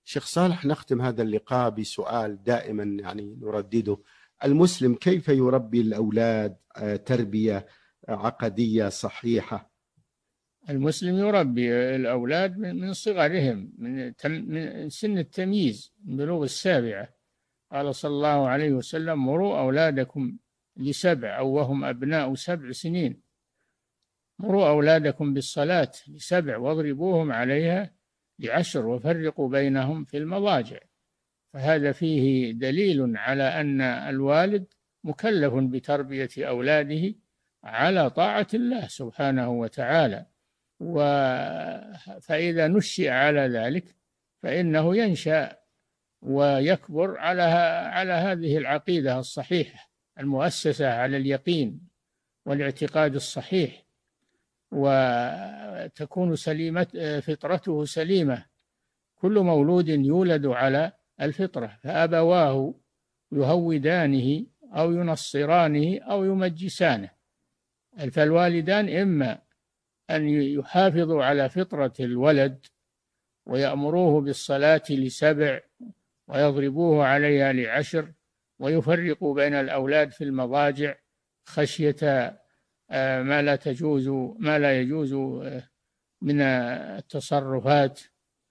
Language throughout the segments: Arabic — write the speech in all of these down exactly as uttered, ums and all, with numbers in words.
شيخ صالح، نختم هذا اللقاء بسؤال دائما يعني نردده: المسلم كيف يربي الأولاد تربية عقدية صحيحة؟ المسلم يربي الأولاد من صغرهم، من من سن التمييز، من بلوغ السابعة. قال صلى الله عليه وسلم: مروا أولادكم لسبع أو وهم أبناء سبع سنين. مروا أولادكم بالصلاة لسبع واضربوهم عليها لعشر وفرقوا بينهم في المضاجع. فهذا فيه دليل على أن الوالد مكلف بتربية أولاده على طاعة الله سبحانه وتعالى. و فإذا نشئ على ذلك فإنه ينشأ ويكبر على على هذه العقيدة الصحيحة المؤسسة على اليقين والاعتقاد الصحيح، وتكون سليمة فطرته سليمة. كل مولود يولد على الفطرة، فأبواه يهودانه أو ينصرانه أو يمجسانه. فالوالدان إما أن يحافظوا على فطرة الولد ويأمروه بالصلاة لسبع ويضربوه عليها لعشر ويفرقوا بين الأولاد في المضاجع خشية ما لا تجوز ما لا يجوز من التصرفات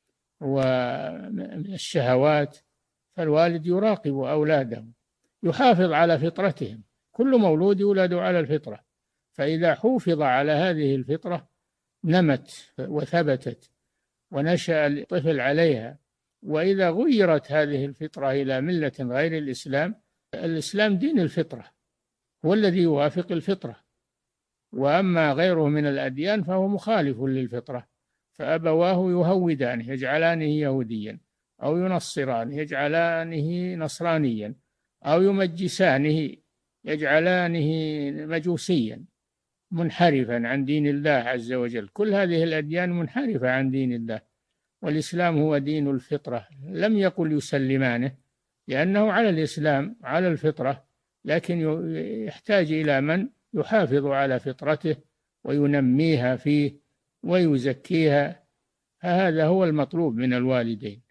ومن الشهوات. فالوالد يراقب أولاده، يحافظ على فطرتهم. كل مولود يولد على الفطرة، فإذا حوفظ على هذه الفطرة نمت وثبتت ونشأ الطفل عليها. وإذا غيرت هذه الفطرة إلى ملة غير الإسلام، الإسلام دين الفطرة، هو الذي يوافق الفطرة، وأما غيره من الأديان فهو مخالف للفطرة. فأبواه يهودانه يجعلانه يهوديا، أو ينصرانه يجعلانه نصرانيا، أو يمجسانه يجعلانه مجوسيا، منحرفا عن دين الله عز وجل. كل هذه الأديان منحرفة عن دين الله، والإسلام هو دين الفطرة. لم يقل يسلمانه، لأنه على الإسلام على الفطرة، لكن يحتاج إلى من يحافظ على فطرته وينميها فيه ويزكيها. فهذا هو المطلوب من الوالدين.